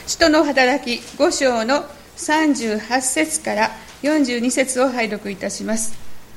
使徒の働き5章の38節から42節を拝読いたします。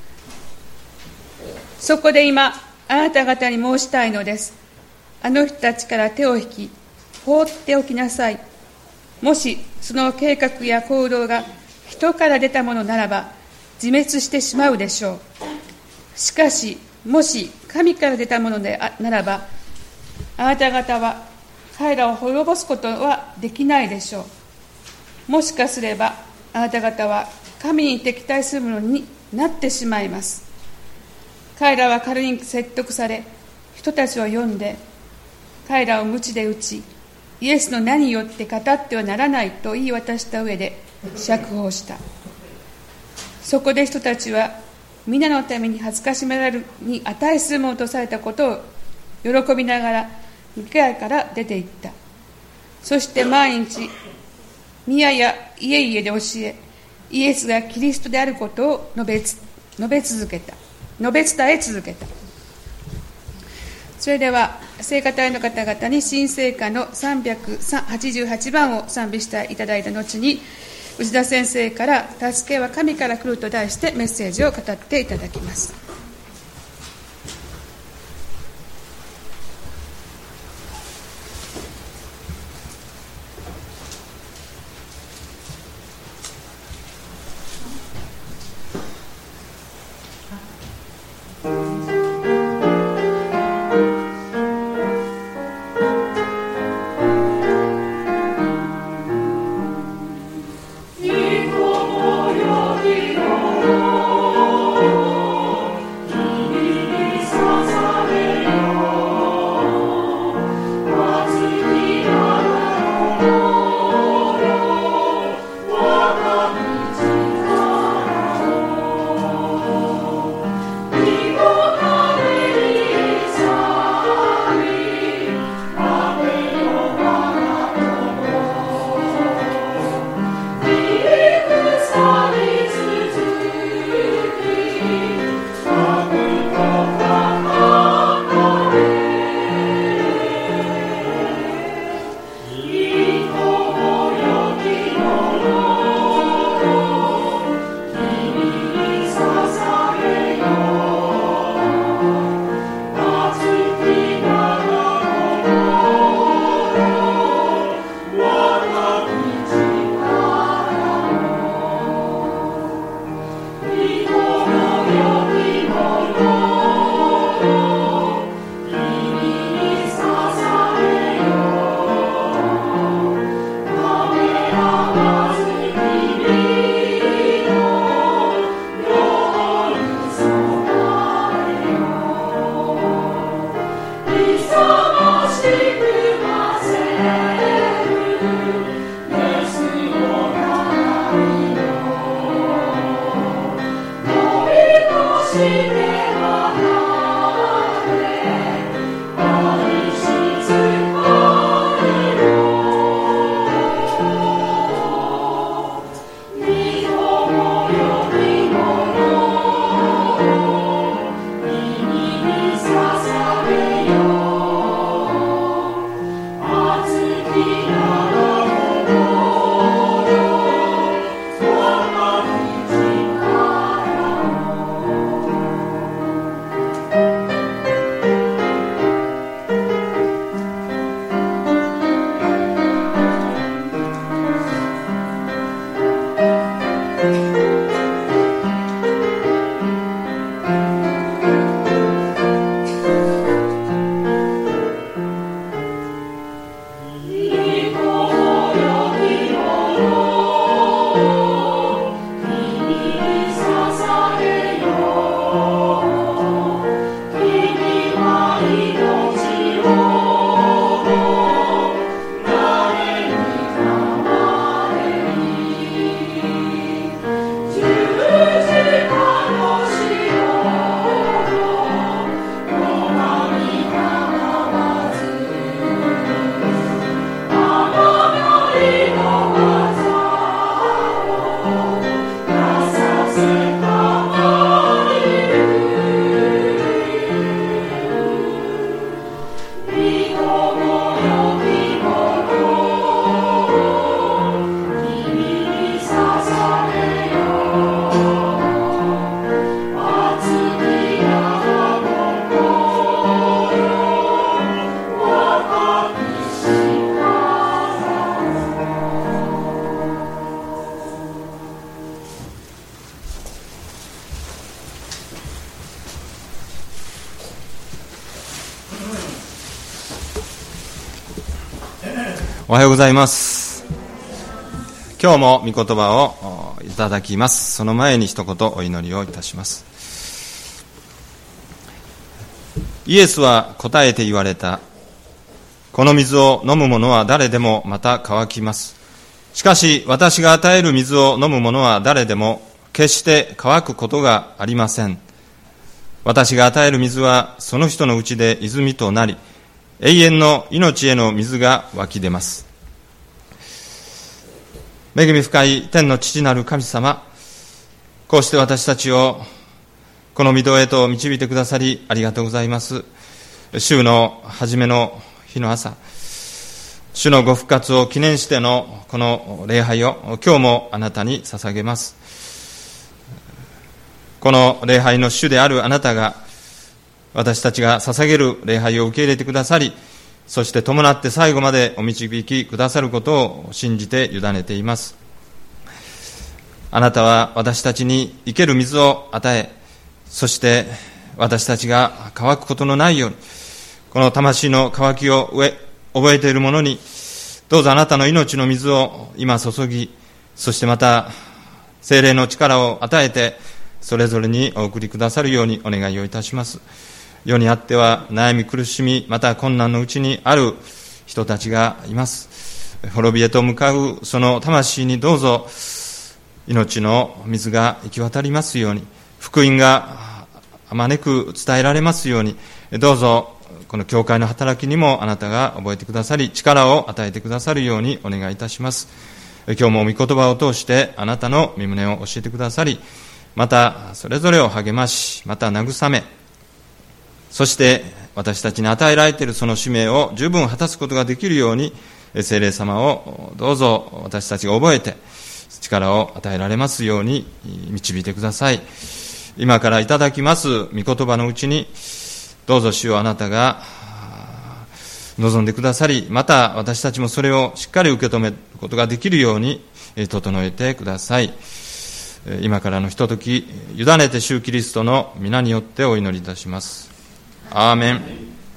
そこで今あなた方に申したいのです。あの人たちから手を引き放っておきなさい。もしその計画や行動が人から出たものならば自滅してしまうでしょう。しかしもし神から出たものでならばあなた方は彼らを滅ぼすことはできないでしょう。もしかすればあなた方は神に敵対するものになってしまいます。彼らは軽に説得され人たちを呼んで彼らを鞭で打ち、イエスの名によって語ってはならないと言い渡した上で釈放した。そこで人たちは皆のために恥ずかしめられるに値するものとされたことを喜びながら議会から出て行った。そして毎日宮や家々で教え、イエスがキリストであることを述べ伝え続けた。それでは聖歌隊の方々に新聖歌の388番を賛美していただいた後に、内田先生から助けは神から来ると題してメッセージを語っていただきます。 おはようございます。今日も御言葉をいただきます。その前に一言お祈りをいたします。イエスは答えて言われた。この水を飲む者は誰でもまた乾きます。しかし私が与える水を飲む者は誰でも決して乾くことがありません。私が与える水はその人のうちで泉となり、永遠の命への水が湧き出ます。恵み深い天の父なる神様、こうして私たちをこの御堂へと導いてくださりありがとうございます。週の初めの日の朝、主のご復活を記念してのこの礼拝を今日もあなたに捧げます。この礼拝の主であるあなたが私たちが捧げる礼拝を受け入れてくださり、そして伴って最後までお導きくださることを信じて委ねています。あなたは私たちに生ける水を与え、そして私たちが乾くことのないように、この魂の渇きを覚えている者に、どうぞあなたの命の水を今注ぎ、そしてまた聖霊の力を与えて、それぞれにお送りくださるようにお願いをいたします。世にあっては悩み苦しみ、また困難のうちにある人たちがいます。滅びへと向かうその魂にどうぞ命の水が行き渡りますように、福音があまねく伝えられますように、どうぞこの教会の働きにもあなたが覚えてくださり、力を与えてくださるようにお願いいたします。今日も御言葉を通してあなたの御胸を教えてくださり、またそれぞれを励まし、また慰め、そして私たちに与えられているその使命を十分果たすことができるように、聖霊様をどうぞ私たちが覚えて力を与えられますように導いてください。今からいただきます御言葉のうちに、どうぞ主よあなたが望んでくださり、また私たちもそれをしっかり受け止めることができるように整えてください。今からのひととき、委ねて主キリストの皆によってお祈りいたします。アーメン。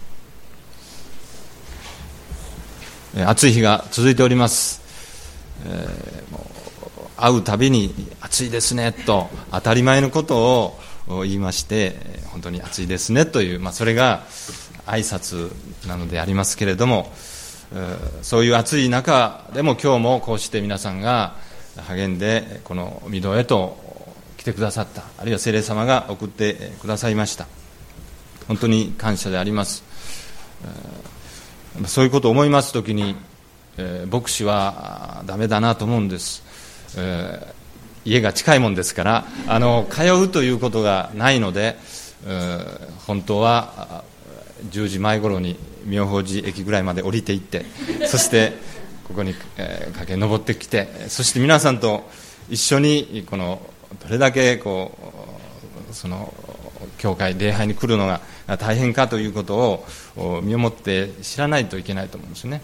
暑い日が続いております。もう会うたびに暑いですねと当たり前のことを言いまして、本当に暑いですねという、それが挨拶なのでありますけれども、そういう暑い中でも今日もこうして皆さんが励んでこの御堂へと来てくださった、あるいは聖霊様が送ってくださいました。本当に感謝であります。そういうことを思いますときに、牧師はダメだなと思うんです。家が近いもんですから通うということがないので、本当は10時前頃に妙法寺駅ぐらいまで降りていって、そしてここに駆け上ってきて、そして皆さんと一緒にどれだけその教会礼拝に来るのが大変かということを身をもって知らないといけないと思うんですね。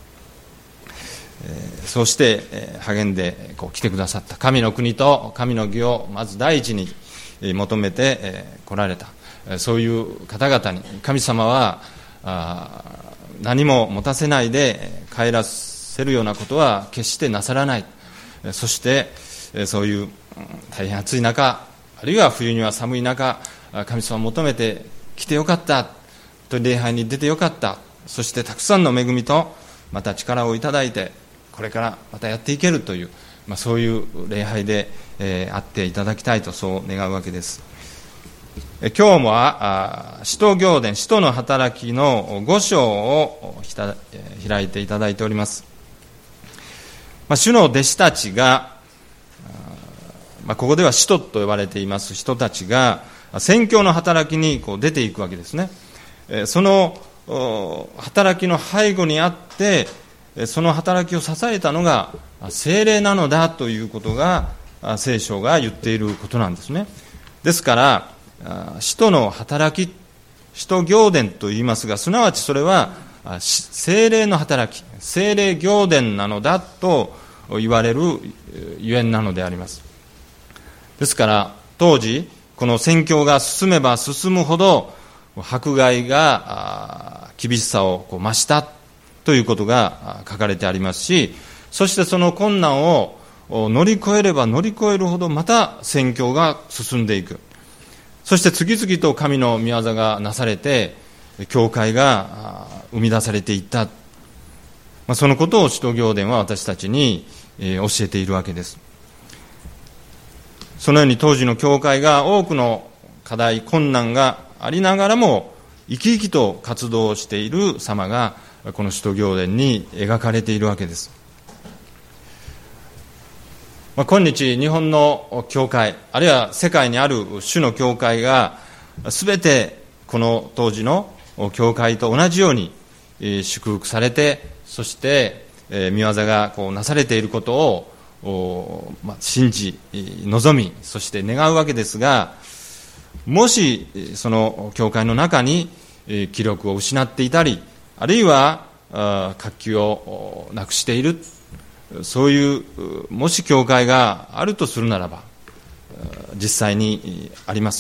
そうして励んで来てくださった神の国と神の義をまず第一に求めて来られた、そういう方々に神様は何も持たせないで帰らせるようなことは決してなさらない。そしてそういう大変暑い中、あるいは冬には寒い中、神様を求めて来てよかったと、礼拝に出てよかった、そしてたくさんの恵みとまた力をいただいてこれからまたやっていけるという、そういう礼拝であっていただきたいとそう願うわけです。今日は使徒行伝、使徒の働きの5章を開いていただいております。主の弟子たちが、ここでは使徒と呼ばれています人たちが宣教の働きに出ていくわけですね。その働きの背後にあって、その働きを支えたのが聖霊なのだということが聖書が言っていることなんですね。ですから使徒の働き、使徒行伝と言いますが、すなわちそれは聖霊の働き、聖霊行伝なのだと言われるゆえんなのであります。ですから当時この宣教が進めば進むほど迫害が厳しさを増したということが書かれてありますし、そしてその困難を乗り越えれば乗り越えるほどまた宣教が進んでいく。そして次々と神の御業がなされて、教会が生み出されていった。そのことを使徒行伝は私たちに教えているわけです。そのように当時の教会が多くの課題、困難がありながらも生き生きと活動している様がこの使徒行伝に描かれているわけです。今日日本の教会、あるいは世界にある主の教会がすべてこの当時の教会と同じように祝福されて、そして御業がなされていることを信じ望み、そして願うわけですが、もしその教会の中に気力を失っていたり、あるいは活気をなくしている、そういうもし教会があるとするならば、実際にあります。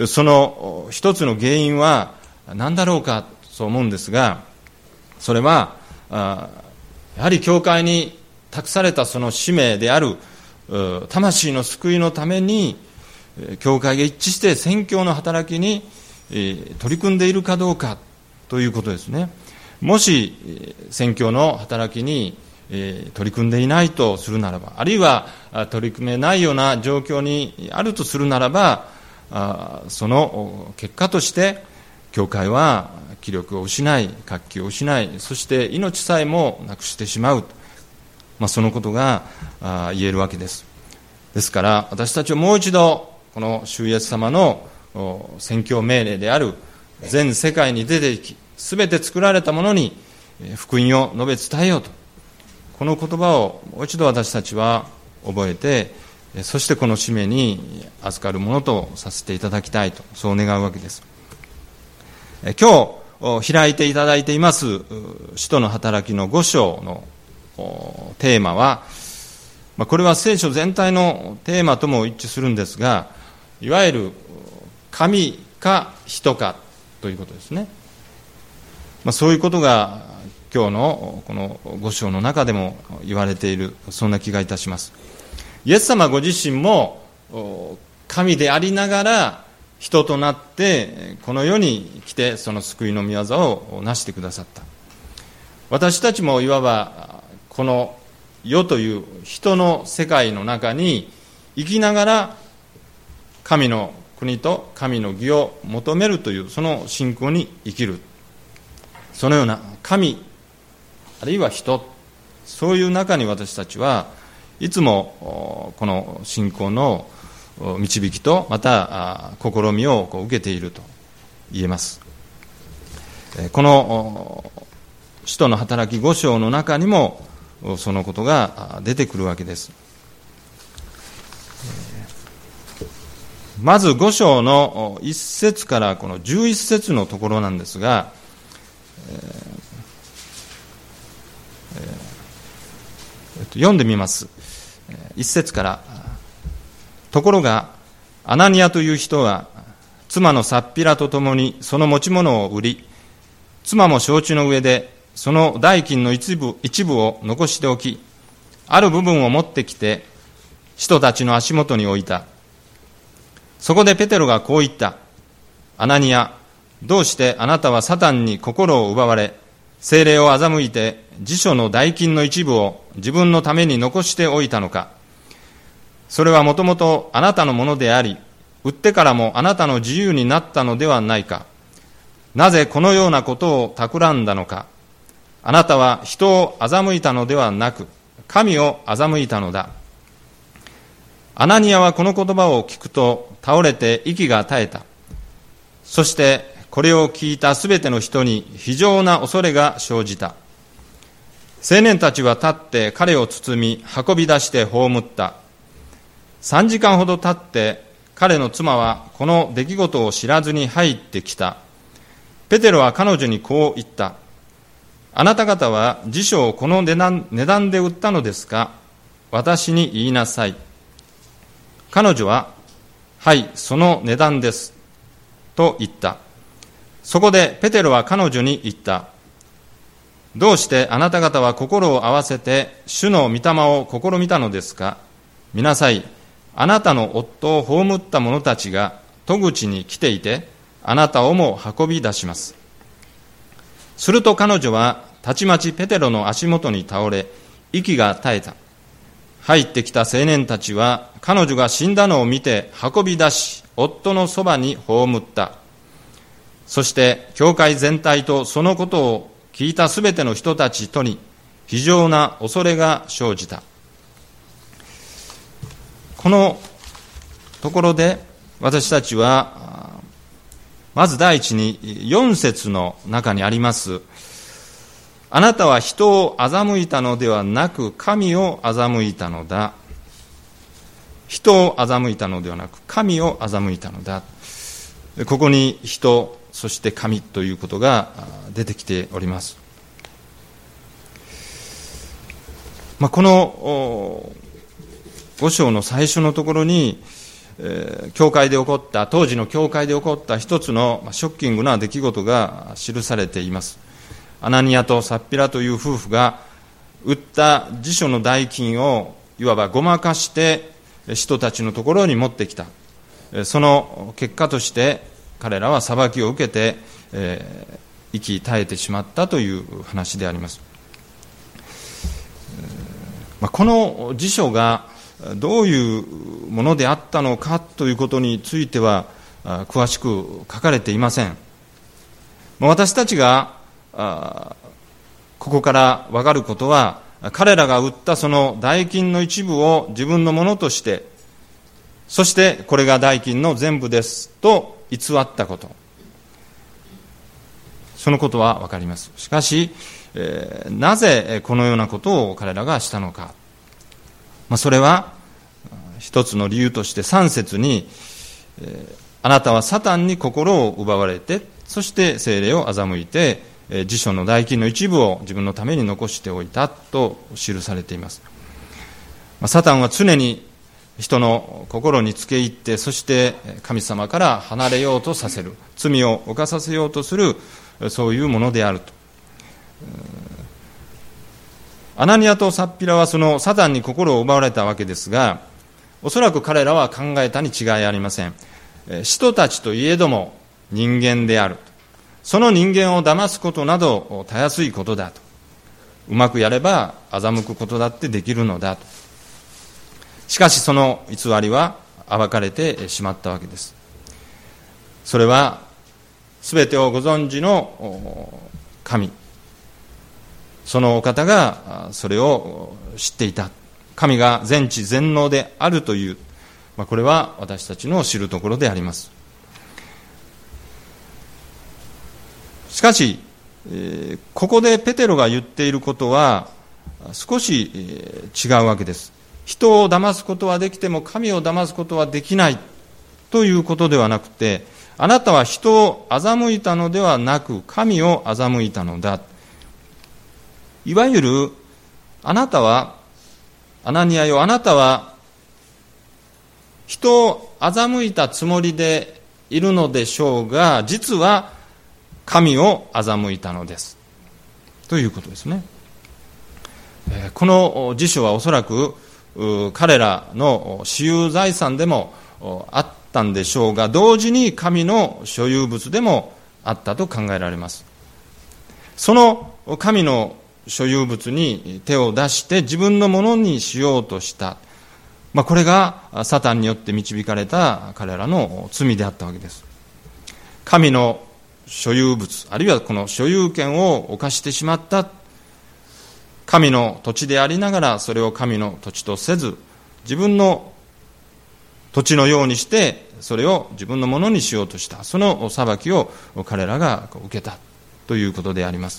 その一つの原因は何だろうかと思うんですが、それはやはり教会に託されたその使命である魂の救いのために教会が一致して宣教の働きに取り組んでいるかどうかということですね。もし宣教の働きに取り組んでいないとするならば、あるいは取り組めないような状況にあるとするならば、その結果として教会は気力を失い、活気を失い、そして命さえもなくしてしまう、そのことが言えるわけです。ですから私たちはもう一度この主イエス様の宣教命令である全世界に出て行き、すべて作られたものに福音を述べ伝えようと、この言葉をもう一度私たちは覚えて、そしてこの使命に預かるものとさせていただきたいと、そう願うわけです。今日開いていただいています使徒の働きの5章のテーマは、これは聖書全体のテーマとも一致するんですが、いわゆる神か人かということですね。そういうことが今日のこの5章の中でも言われている、そんな気がいたします。イエス様ご自身も神でありながら人となってこの世に来て、その救いの御業をなしてくださった。私たちもいわばこの世という人の世界の中に生きながら神の国と神の義を求めるという、その信仰に生きる、そのような神あるいは人、そういう中に私たちはいつもこの信仰の導きとまた試みを受けていると言えます。この使徒の働き5章の中にもそのことが出てくるわけです。まず5章の1節からこの11節のところなんですが、読んでみます。1節から。ところがアナニアという人は妻のサッピラと共にその持ち物を売り、妻も承知の上でその代金の一部を残しておき、ある部分を持ってきて使徒たちの足元に置いた。そこでペテロがこう言った。アナニア、どうしてあなたはサタンに心を奪われ、聖霊を欺いて辞書の代金の一部を自分のために残しておいたのか。それはもともとあなたのものであり、売ってからもあなたの自由になったのではないか。なぜこのようなことを企んだのか。あなたは人を欺いたのではなく、神を欺いたのだ。アナニアはこの言葉を聞くと倒れて息が絶えた。そしてこれを聞いたすべての人に非常な恐れが生じた。青年たちは立って彼を包み運び出して葬った。3時間ほど経って彼の妻はこの出来事を知らずに入ってきた。ペテロは彼女にこう言った。あなた方は辞書をこの値段で売ったのですか。私に言いなさい。彼女は、はい、その値段です。と言った。そこでペテロは彼女に言った。 どうしてあなた方は心を合わせて主の御霊を試みたのですか。見なさい、あなたの夫を葬った者たちが戸口に来ていて、あなたをも運び出します。すると彼女はたちまちペテロの足元に倒れ、息が絶えた。入ってきた青年たちは彼女が死んだのを見て運び出し、夫のそばに葬った。そして教会全体とそのことを聞いたすべての人たちとに非常な恐れが生じた。このところで私たちはまず第一に4節の中にあります、あなたは人を欺いたのではなく神を欺いたのだ。人を欺いたのではなく神を欺いたのだ。ここに人、そして神ということが出てきております。この5章の最初のところに、教会で起こった、当時の教会で起こった一つのショッキングな出来事が記されています。アナニアとサッピラという夫婦が売った辞書の代金をいわばごまかして人たちのところに持ってきた。その結果として彼らは裁きを受けて、息絶えてしまったという話であります。この辞書がどういうものであったのかということについては詳しく書かれていません。私たちがここから分かることは、彼らが売ったその代金の一部を自分のものとして、そしてこれが代金の全部ですと偽ったこと、そのことは分かります。しかし、なぜこのようなことを彼らがしたのか、それは一つの理由として3節に、あなたはサタンに心を奪われて、そして聖霊を欺いて辞書の代金の一部を自分のために残しておいたと記されています。サタンは常に人の心につけ入って、そして神様から離れようとさせる、罪を犯させようとする、そういうものであると。アナニアとサッピラはそのサタンに心を奪われたわけですが、おそらく彼らは考えたに違いありません。使徒たちといえども人間である。その人間を騙すことなどたやすいことだと。うまくやれば欺くことだってできるのだと。しかしその偽りは暴かれてしまったわけです。それはすべてをご存知の神、そのお方がそれを知っていた。神が全知全能であるという、これは私たちの知るところであります。しかし、ここでペテロが言っていることは少し違うわけです。人を騙すことはできても神を騙すことはできないということではなくて、あなたは人を欺いたのではなく神を欺いたのだ。いわゆるアナニアよ、あなたは人を欺いたつもりでいるのでしょうが、実は神を欺いたのですということですね。この辞書はおそらく彼らの私有財産でもあったんでしょうが、同時に神の所有物でもあったと考えられます。その神の所有物に手を出して自分のものにしようとした、これがサタンによって導かれた彼らの罪であったわけです。神の所有物、あるいはこの所有権を侵してしまった。神の土地でありながらそれを神の土地とせず、自分の土地のようにしてそれを自分のものにしようとした。その裁きを彼らが受けたということであります。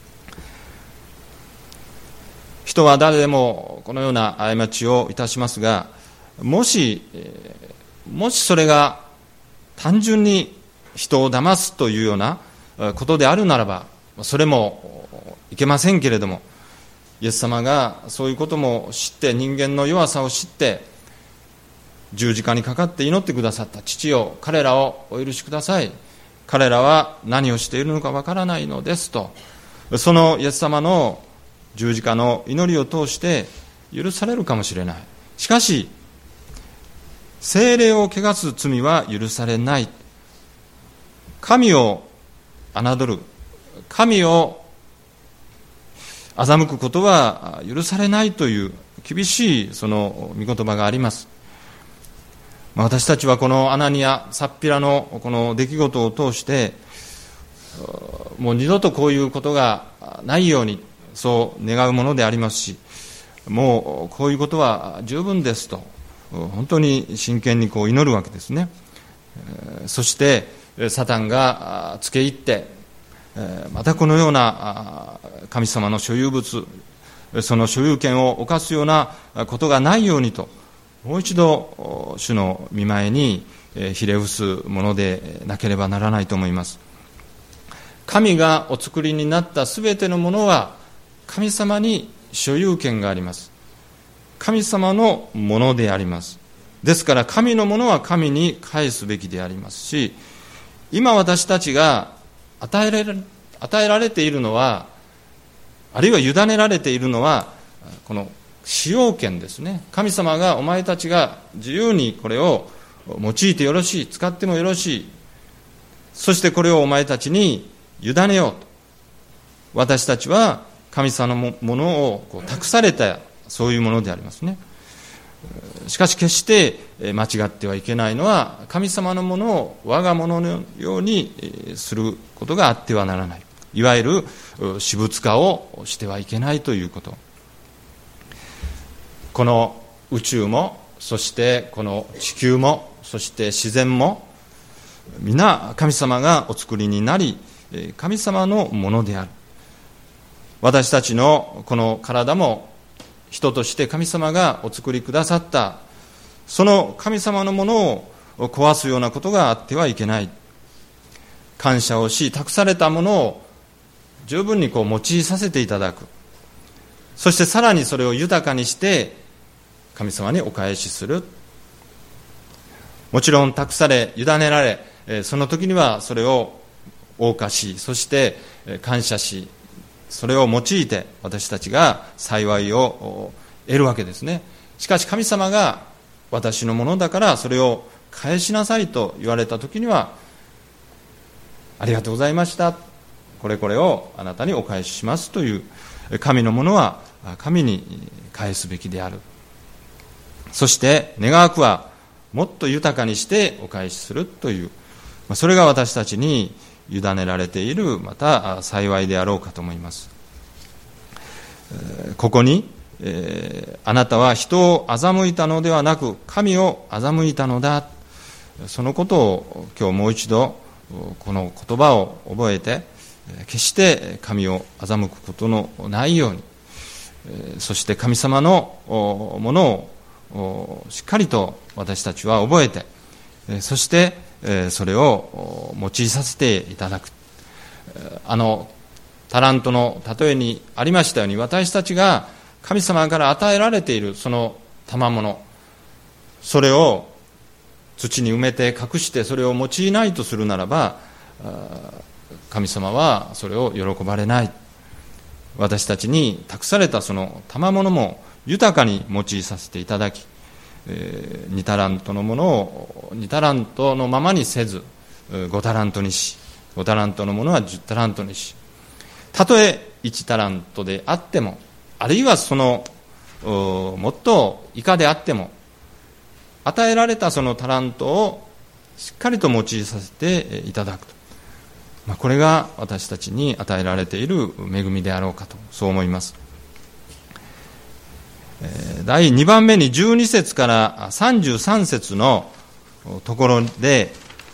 人は誰でもこのような過ちをいたしますが、もしそれが単純に人を騙すというようなことであるならば、それもいけませんけれども、イエス様がそういうことも知って、人間の弱さを知って十字架にかかって祈ってくださった。父よ、彼らをお許しください、彼らは何をしているのかわからないのですと、 そのイエス様の十字架の祈りを通して許されるかもしれない。しかし聖霊を汚す罪は許されない。神を侮る、神を欺くことは許されないという厳しいその御言葉があります。私たちはこのアナニア・サッピラのこの出来事を通して、もう二度とこういうことがないようにそう願うものでありますし、もうこういうことは十分ですと本当に真剣にこう祈るわけですね。そしてサタンがつけ入って、またこのような神様の所有物、その所有権を侵すようなことがないようにと、もう一度主の御前にひれ伏すものでなければならないと思います。神がお作りになったすべてのものは神様に所有権があります。神様のものであります。ですから神のものは神に返すべきでありますし、今私たちが与えられているのは、あるいは委ねられているのはこの使用権ですね。神様がお前たちが自由にこれを用いてよろしい、使ってもよろしい、そしてこれをお前たちに委ねようと。私たちは神様のものを託された、そういうものでありますね。しかし決して間違ってはいけないのは、神様のものを我が物のようにすることがあってはならない。いわゆる私物化をしてはいけないということ。この宇宙も、そしてこの地球も、そして自然も、皆神様がお作りになり、神様のものである。私たちのこの体も人として神様がお作りくださった、その神様のものを壊すようなことがあってはいけない。感謝をし、託されたものを十分に用いさせていただく。そしてさらにそれを豊かにして神様にお返しする。もちろん託され、委ねられ、その時にはそれを謳歌し、そして感謝し、それを用いて私たちが幸いを得るわけですね。しかし神様が私のものだからそれを返しなさいと言われた時には、ありがとうございました、これこれをあなたにお返ししますという、神のものは神に返すべきである。そして願わくはもっと豊かにしてお返しするという、それが私たちに委ねられている、また幸いであろうかと思います。ここに、あなたは人を欺いたのではなく神を欺いたのだ、そのことを今日もう一度この言葉を覚えて、決して神を欺くことのないように、そして神様のものをしっかりと私たちは覚えて、そしてそれを用いさせていただく。タラントの例えにありましたように、私たちが神様から与えられているその賜物、それを土に埋めて隠してそれを用いないとするならば、神様はそれを喜ばれない。私たちに託されたその賜物も豊かに用いさせていただき、2タラントのものを2タラントのままにせず5タラントにし、5タラントのものは10タラントにし、たとえ1タラントであっても、あるいはそのもっと以下であっても、与えられたそのタラントをしっかりと用いさせていただくと、これが私たちに与えられている恵みであろうかと、そう思います。第2番目に12節から33節のところで、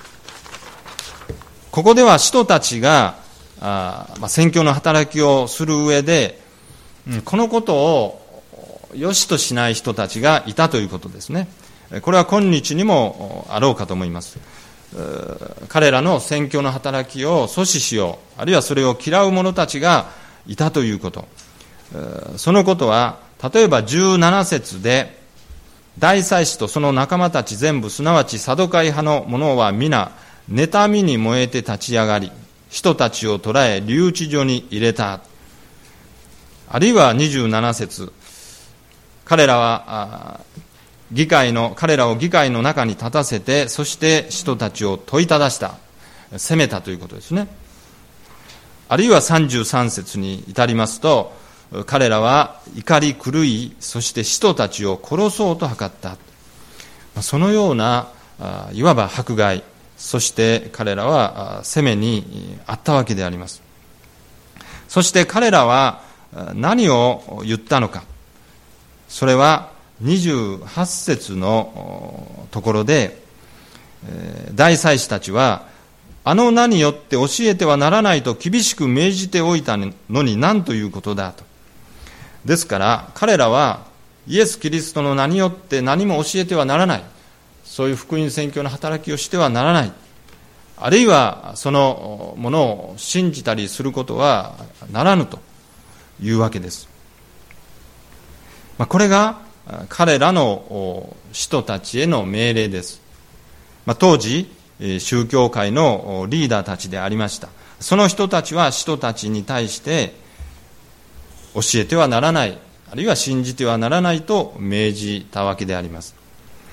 ここでは使徒たちが宣教の働きをする上で、このことを良しとしない人たちがいたということですね。これは今日にもあろうかと思います。彼らの宣教の働きを阻止しよう、あるいはそれを嫌う者たちがいたということ。そのことは、例えば17節で、大祭司とその仲間たち全部、すなわちサドカイ派の者は皆妬みに燃えて立ち上がり、 人たちを捕らえ留置所に入れた。あるいは27節、彼らを議会の中に立たせて、そして人たちを問いただした、責めたということですね。あるいは33節に至りますと、彼らは怒り狂い、そして人たちを殺そうと図った。そのようないわば迫害、そして彼らは責めにあったわけであります。そして彼らは何を言ったのか。それは28節のところで、大祭司たちは、あの名によって教えてはならないと厳しく命じておいたのに何ということだと。ですから彼らはイエス・キリストの名によって何も教えてはならない。そういう福音宣教の働きをしてはならない。あるいはそのものを信じたりすることはならぬというわけです。これが彼らの人たちへの命令です。当時宗教界のリーダーたちでありました。その人たちは人たちに対して教えてはならない、あるいは信じてはならないと命じたわけであります。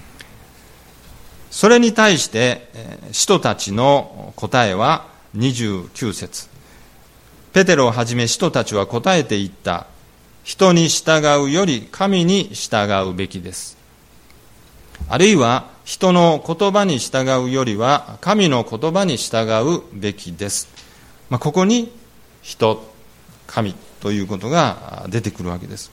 それに対して人たちの答えは29節。ペテロをはじめ人たちは答えて言った。人に従うより神に従うべきです。あるいは人の言葉に従うよりは神の言葉に従うべきです。ここに人、神ということが出てくるわけです。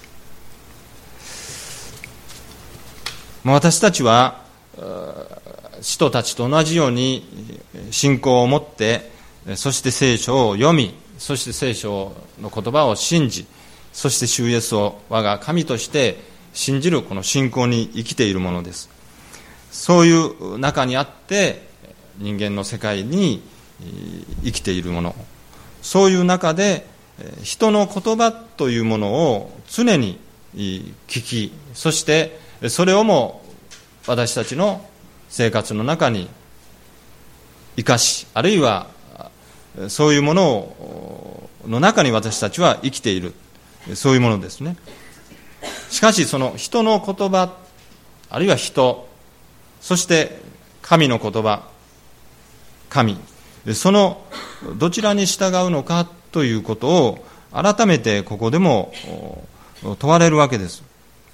私たちは人たちと同じように信仰を持って、そして聖書を読み、そして聖書の言葉を信じ、そして主イエスを我が神として信じるこの信仰に生きているものです。そういう中にあって人間の世界に生きているもの、そういう中で人の言葉というものを常に聞き、そしてそれをも私たちの生活の中に生かし、あるいはそういうものの中に私たちは生きている、そういうものですね。しかしその人の言葉、あるいは人、そして神の言葉、神、そのどちらに従うのかということを改めてここでも問われるわけです。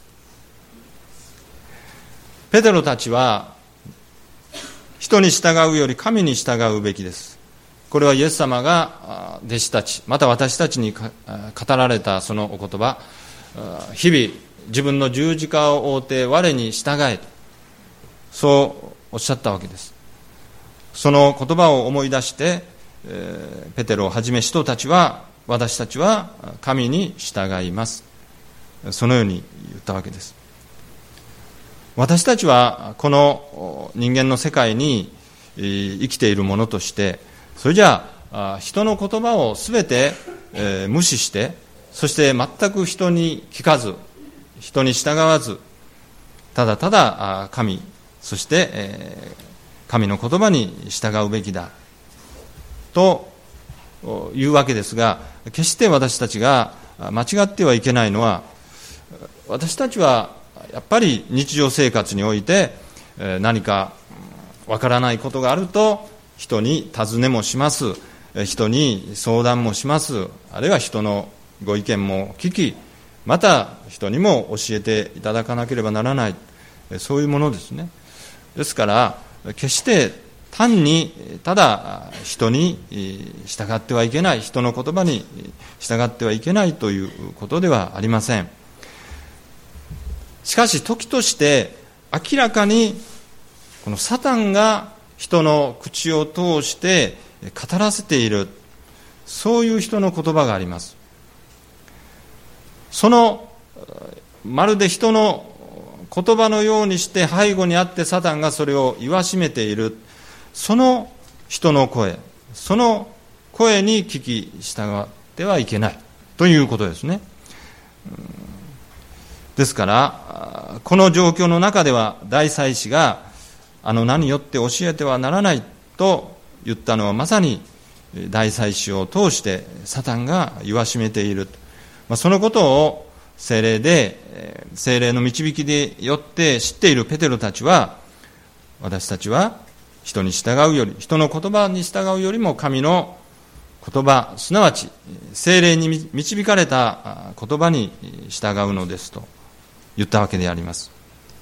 ペテロたちは人に従うより神に従うべきです。これはイエス様が弟子たち、また私たちに語られたそのお言葉、日々自分の十字架を追って我に従え、そうおっしゃったわけです。その言葉を思い出して、ペテロをはじめ人たちは、私たちは神に従います。そのように言ったわけです。私たちはこの人間の世界に生きているものとして、それじゃあ人の言葉をすべて無視して、そして全く人に聞かず、人に従わず、ただただ神、そして神の言葉に従うべきだというわけですが、決して私たちが間違ってはいけないのは、私たちはやっぱり日常生活において何かわからないことがあると人に尋ねもします、人に相談もします、あるいは人のご意見も聞き、また人にも教えていただかなければならない、そういうものですね。ですから決して単にただ人に従ってはいけない、人の言葉に従ってはいけないということではありません。しかし時として明らかにこのサタンが人の口を通して語らせている、そういう人の言葉があります。そのまるで人の言葉のようにして背後にあってサタンがそれを言わしめている、その人の声、その声に聞き従ってはいけないということですね。ですからこの状況の中では大祭司があの名によって教えてはならないと言ったのは、まさに大祭司を通してサタンが言わしめている。そのことを聖霊の導きでよって知っているペテロたちは、私たちは人に従うより、人の言葉に従うよりも神の言葉、すなわち聖霊に導かれた言葉に従うのですと言ったわけであります。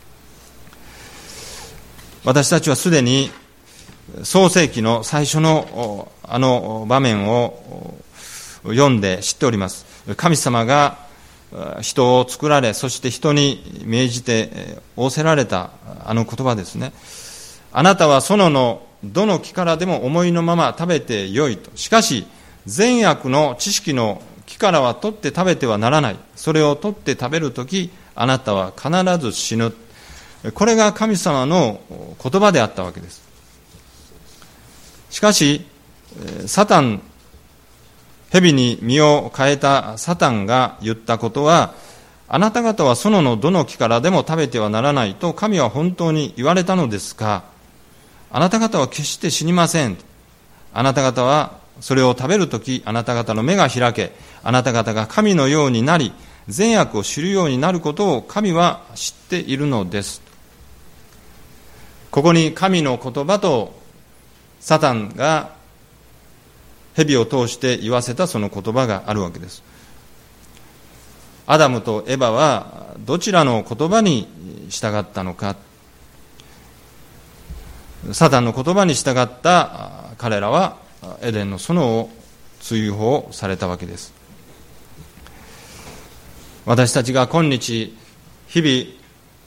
私たちはすでに創世記の最初のあの場面を読んで知っております。神様が人を作られ、そして人に命じて仰せられたあの言葉ですね。あなたは園のどの木からでも思いのまま食べてよいと。しかし善悪の知識の木からは取って食べてはならない。それを取って食べるとき、あなたは必ず死ぬ。これが神様の言葉であったわけです。しかしサタン、蛇に身を変えたサタンが言ったことは、あなた方は園のどの木からでも食べてはならないと神は本当に言われたのですか。あなた方は決して死にません。あなた方はそれを食べるとき、あなた方の目が開け、あなた方が神のようになり、善悪を知るようになることを神は知っているのです。ここに神の言葉とサタンが蛇を通して言わせたその言葉があるわけです。アダムとエバはどちらの言葉に従ったのか。サタンの言葉に従った彼らはエデンの園を追放されたわけです。私たちが今日日々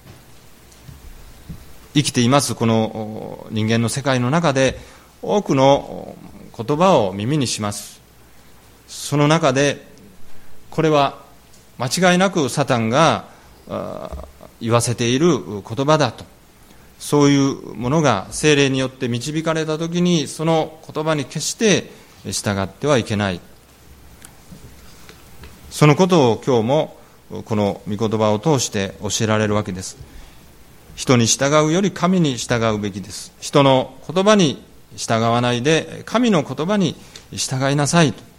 生きていますこの人間の世界の中で、多くの言葉を耳にします。その中でこれは間違いなくサタンが言わせている言葉だと、そういうものが聖霊によって導かれたときに、その言葉に決して従ってはいけない。そのことを今日もこの御言葉を通して教えられるわけです。人に従うより神に従うべきです。人の言葉に従わないで神の言葉に従いなさいと。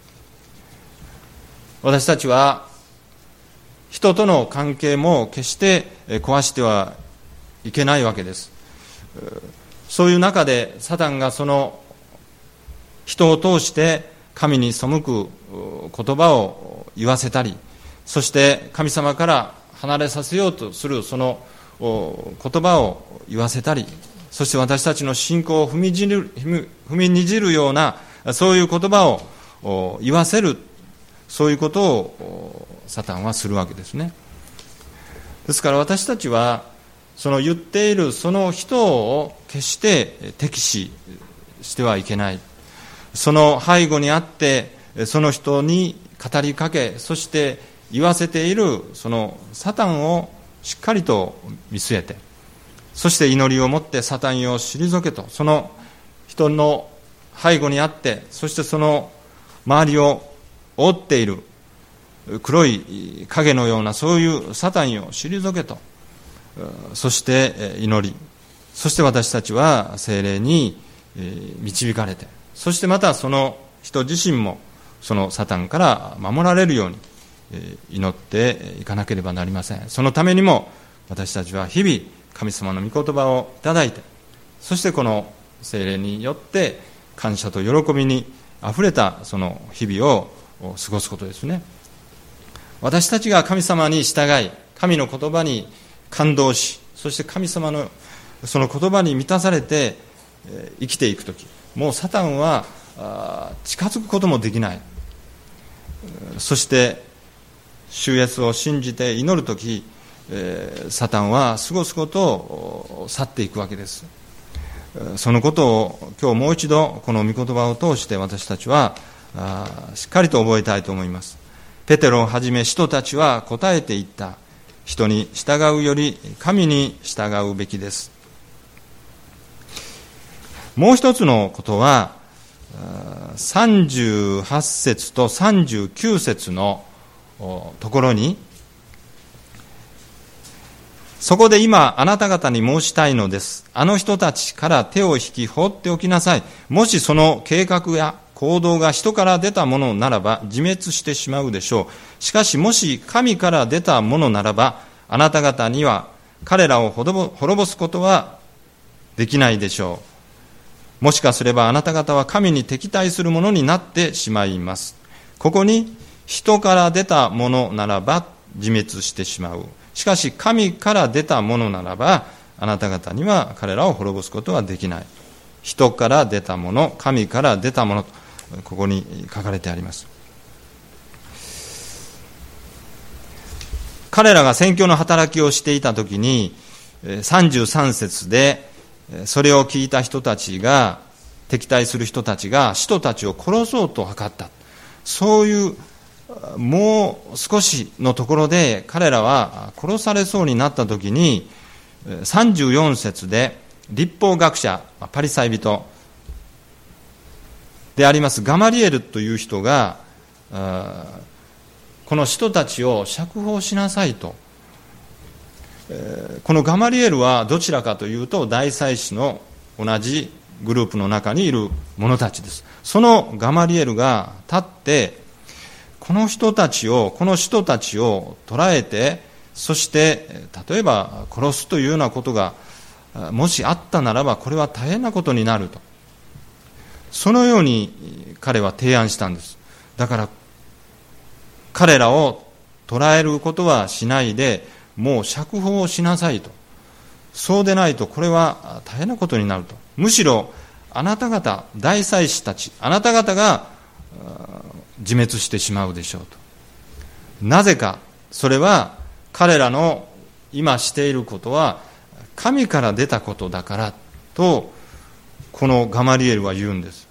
私たちは人との関係も決して壊してはいけないわけです。そういう中でサタンがその人を通して神に背く言葉を言わせたり、そして神様から離れさせようとするその言葉を言わせたり、そして私たちの信仰を踏みにじるようなそういう言葉を言わせる、そういうことをサタンはするわけですね。ですから私たちはその言っているその人を決して敵視してはいけない。その背後にあってその人に語りかけ、そして言わせているそのサタンをしっかりと見据えて、そして祈りを持ってサタンを退けと、その人の背後にあって、そしてその周りを覆っている黒い影のようなそういうサタンを退けと、そして祈り、そして私たちは聖霊に導かれて、そしてまたその人自身もそのサタンから守られるように祈っていかなければなりません。そのためにも私たちは日々神様の御言葉をいただいて、そしてこの聖霊によって感謝と喜びにあふれたその日々を過ごすことですね。私たちが神様に従い、神の言葉に感動し、そして神様のその言葉に満たされて生きていくとき、もうサタンは近づくこともできない。そして主イエスを信じて祈るとき、サタンはすごすごと去っていくわけです。そのことを今日もう一度この御言葉を通して私たちはしっかりと覚えたいと思います。ペテロをはじめ使徒たちは答えていった。人に従うより神に従うべきです。もう一つのことは38節と39節のところに、そこで今あなた方に申したいのです。あの人たちから手を引き放っておきなさい。もしその計画や行動が人から出たものならば自滅してしまうでしょう。しかしもし神から出たものならば、あなた方には彼らを滅ぼすことはできないでしょう。もしかすればあなた方は神に敵対するものになってしまいます。ここに人から出たものならば自滅してしまう。しかし神から出たものならばあなた方には彼らを滅ぼすことはできない。人から出たもの、神から出たものとここに書かれてあります。彼らが宣教の働きをしていたときに33節でそれを聞いた人たちが、敵対する人たちが使徒たちを殺そうと図った。そういうもう少しのところで彼らは殺されそうになったときに、34節で律法学者、パリサイ人でありますガマリエルという人がこの人たちを釈放しなさいと。このガマリエルはどちらかというと大祭司の同じグループの中にいる者たちです。そのガマリエルが立ってこの人たちを捉えて、そして例えば殺すというようなことがもしあったならばこれは大変なことになると、そのように彼は提案したんです。だから彼らを捕らえることはしないでもう釈放しなさいと。そうでないとこれは大変なことになると。むしろあなた方大祭司たち、あなた方が自滅してしまうでしょうと。なぜか、それは彼らの今していることは神から出たことだからとこのガマリエルは言うんです。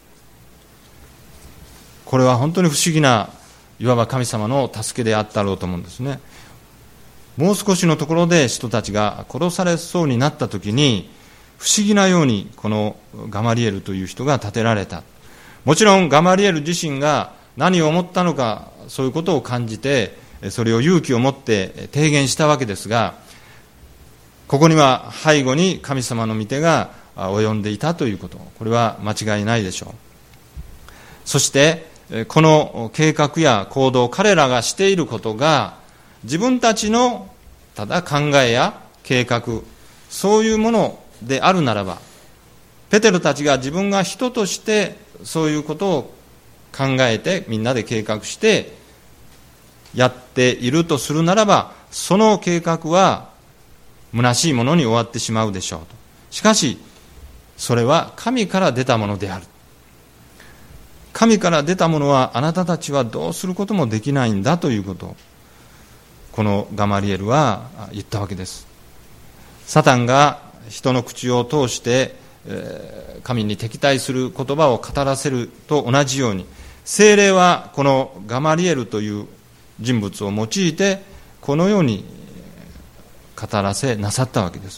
これは本当に不思議ないわば神様の助けであったろうと思うんですね。もう少しのところで人たちが殺されそうになったときに、不思議なようにこのガマリエルという人が立てられた。もちろんガマリエル自身が何を思ったのか、そういうことを感じてそれを勇気を持って提言したわけですが、ここには背後に神様の御手が及んでいたということ、これは間違いないでしょう。そしてこの計画や行動、彼らがしていることが自分たちのただ考えや計画、そういうものであるならば、ペテロたちが自分が人としてそういうことを考えてみんなで計画してやっているとするならば、その計画は虚しいものに終わってしまうでしょうと。しかしそれは神から出たものである。神から出たものはあなたたちはどうすることもできないんだということをこのガマリエルは言ったわけです。サタンが人の口を通して神に敵対する言葉を語らせると同じように、聖霊はこのガマリエルという人物を用いてこのように語らせなさったわけです。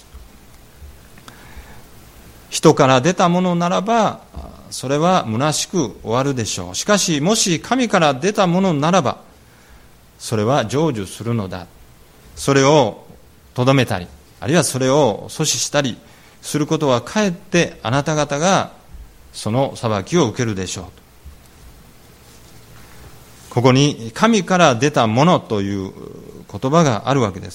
人から出たものならばそれは虚しく終わるでしょう。しかしもし神から出たものならばそれは成就するのだ。それをとどめたり、あるいはそれを阻止したりすることはかえってあなた方がその裁きを受けるでしょうと。ここに神から出たものという言葉があるわけです。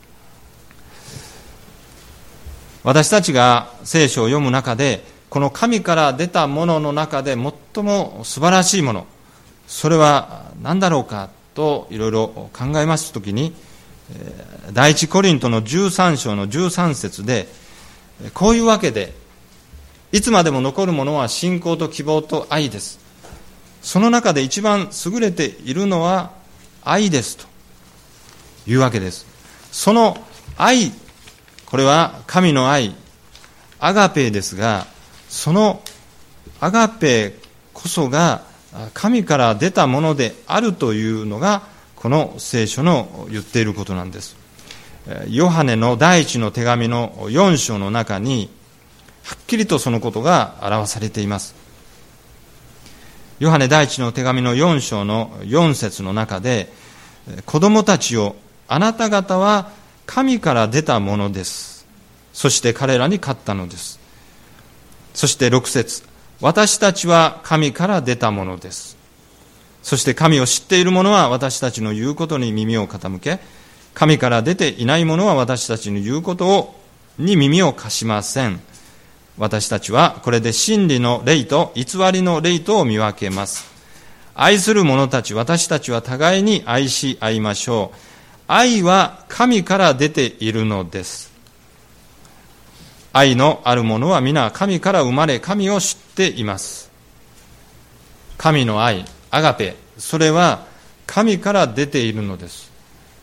私たちが聖書を読む中でこの神から出たものの中で最も素晴らしいもの、それは何だろうかといろいろ考えますときに、第一コリントの13章の13節でこういうわけで、いつまでも残るものは信仰と希望と愛です。その中で一番優れているのは愛ですというわけです。その愛、これは神の愛、アガペですが、そのアガペこそが神から出たものであるというのがこの聖書の言っていることなんです。ヨハネの第一の手紙の4章の中にはっきりとそのことが表されています。ヨハネ第一の手紙の4章の4節の中で、子供たちをあなた方は神から出たものです。そして彼らに勝ったのです。そして6節、 私たちは神から出たものです。そして神を知っている者は私たちの言うことに耳を傾け、神から出ていない者は私たちの言うことに耳を貸しません。私たちはこれで真理の霊と偽りの霊とを見分けます。愛する者たち、私たちは互いに愛し合いましょう。愛は神から出ているのです。愛のある者は皆神から生まれ、神を知っています。神の愛、アガペ、それは神から出ているのです。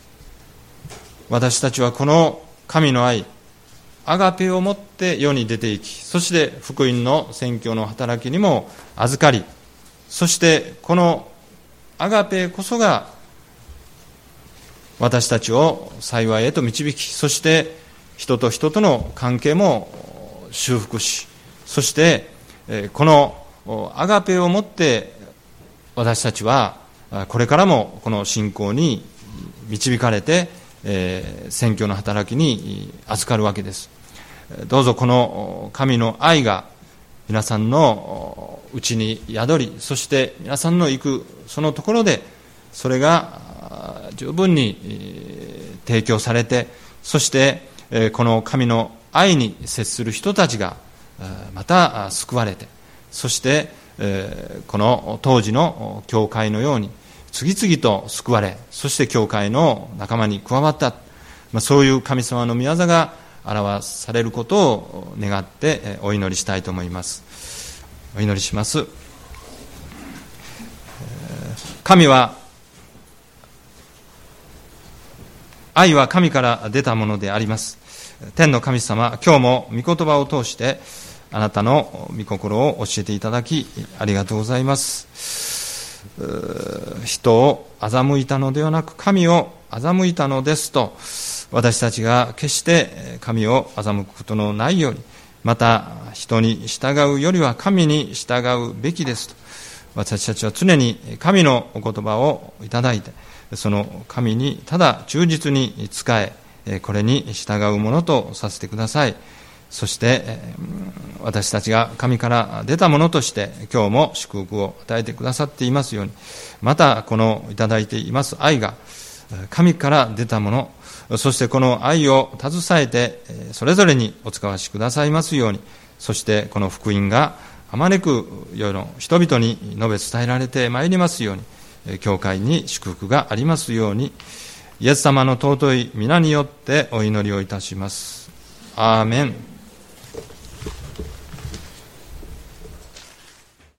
私たちはこの神の愛、アガペをもって世に出ていき、そして福音の宣教の働きにも預かり、そしてこのアガペこそが私たちを幸いへと導き、そして人と人との関係も修復し、そしてこのアガペをもって私たちはこれからもこの信仰に導かれて宣教の働きに預かるわけです。どうぞこの神の愛が皆さんのうちに宿り、そして皆さんの行くそのところでそれが十分に提供されて、そしてこの神の愛に接する人たちがまた救われて、そしてこの当時の教会のように次々と救われ、そして教会の仲間に加わった、そういう神様の御業が表されることを願ってお祈りしたいと思います。お祈りします。愛は神から出たものであります。天の神様、今日も御言葉を通してあなたの御心を教えていただきありがとうございます。人を欺いたのではなく神を欺いたのですと、私たちが決して神を欺くことのないように、また人に従うよりは神に従うべきですと、私たちは常に神のお言葉をいただいて、その神にただ忠実に仕え、これに従うものとさせてください。そして私たちが神から出たものとして今日も祝福を与えてくださっていますように、またこのいただいています愛が神から出たもの、そしてこの愛を携えてそれぞれにお使わしくださいますように、そしてこの福音があまねく世の人々に述べ伝えられてまいりますように、教会に祝福がありますように、イエス様の尊い皆によってお祈りをいたします。アーメン。